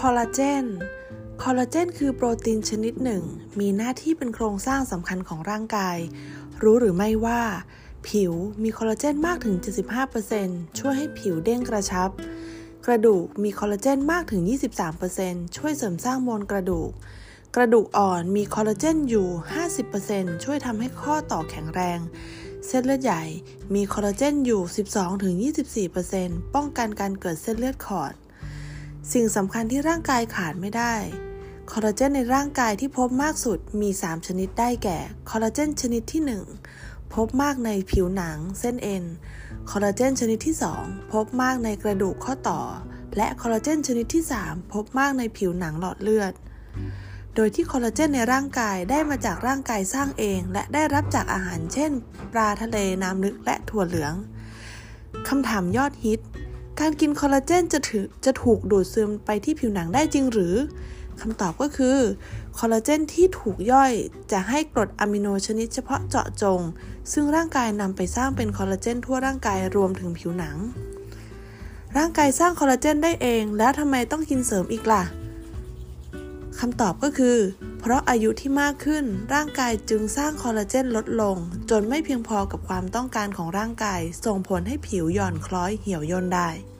คอลลาเจนคือโปรตีนชนิดหนึ่งมีหน้าที่เป็นโครงสร้างสำคัญของร่างกายรู้หรือไม่ว่าผิวมีคอลลาเจนมากถึง 75% ช่วยให้ผิวเด้งกระชับกระดูกมีคอลลาเจนมากถึง 23% ช่วยเสริมสร้างมวลกระดูกอ่อนมีคอลลาเจนอยู่ 50% ช่วยทำให้ข้อต่อแข็งแรงเส้นเลือดใหญ่มีคอลลาเจนอยู่ 12-24% ป้องกันการเกิดเส้นเลือดขอดสิ่งสำคัญที่ร่างกายขาดไม่ได้คอลลาเจนในร่างกายที่พบมากสุดมี3ชนิดได้แก่คอลลาเจนชนิดที่1พบมากในผิวหนังเส้นเอ็นคอลลาเจนชนิดที่2พบมากในกระดูกข้อต่อและคอลลาเจนชนิดที่3พบมากในผิวหนังหลอดเลือดโดยที่คอลลาเจนในร่างกายได้มาจากร่างกายสร้างเองและได้รับจากอาหารเช่นปลาทะเลน้ำลึกและถั่วเหลืองคำถามยอดฮิตการกินคอลลาเจนจะถูกดูดซึมไปที่ผิวหนังได้จริงหรือคำตอบก็คือคอลลาเจนที่ถูกย่อยจะให้กรดอะมิโนชนิดเฉพาะเจาะจงซึ่งร่างกายนำไปสร้างเป็นคอลลาเจนทั่วร่างกายรวมถึงผิวหนังร่างกายสร้างคอลลาเจนได้เองแล้วทำไมต้องกินเสริมอีกล่ะคำตอบก็คือเพราะอายุที่มากขึ้นร่างกายจึงสร้างคอลลาเจนลดลงจนไม่เพียงพอกับความต้องการของร่างกายส่งผลให้ผิวหย่อนคล้อยเหี่ยวย่นได้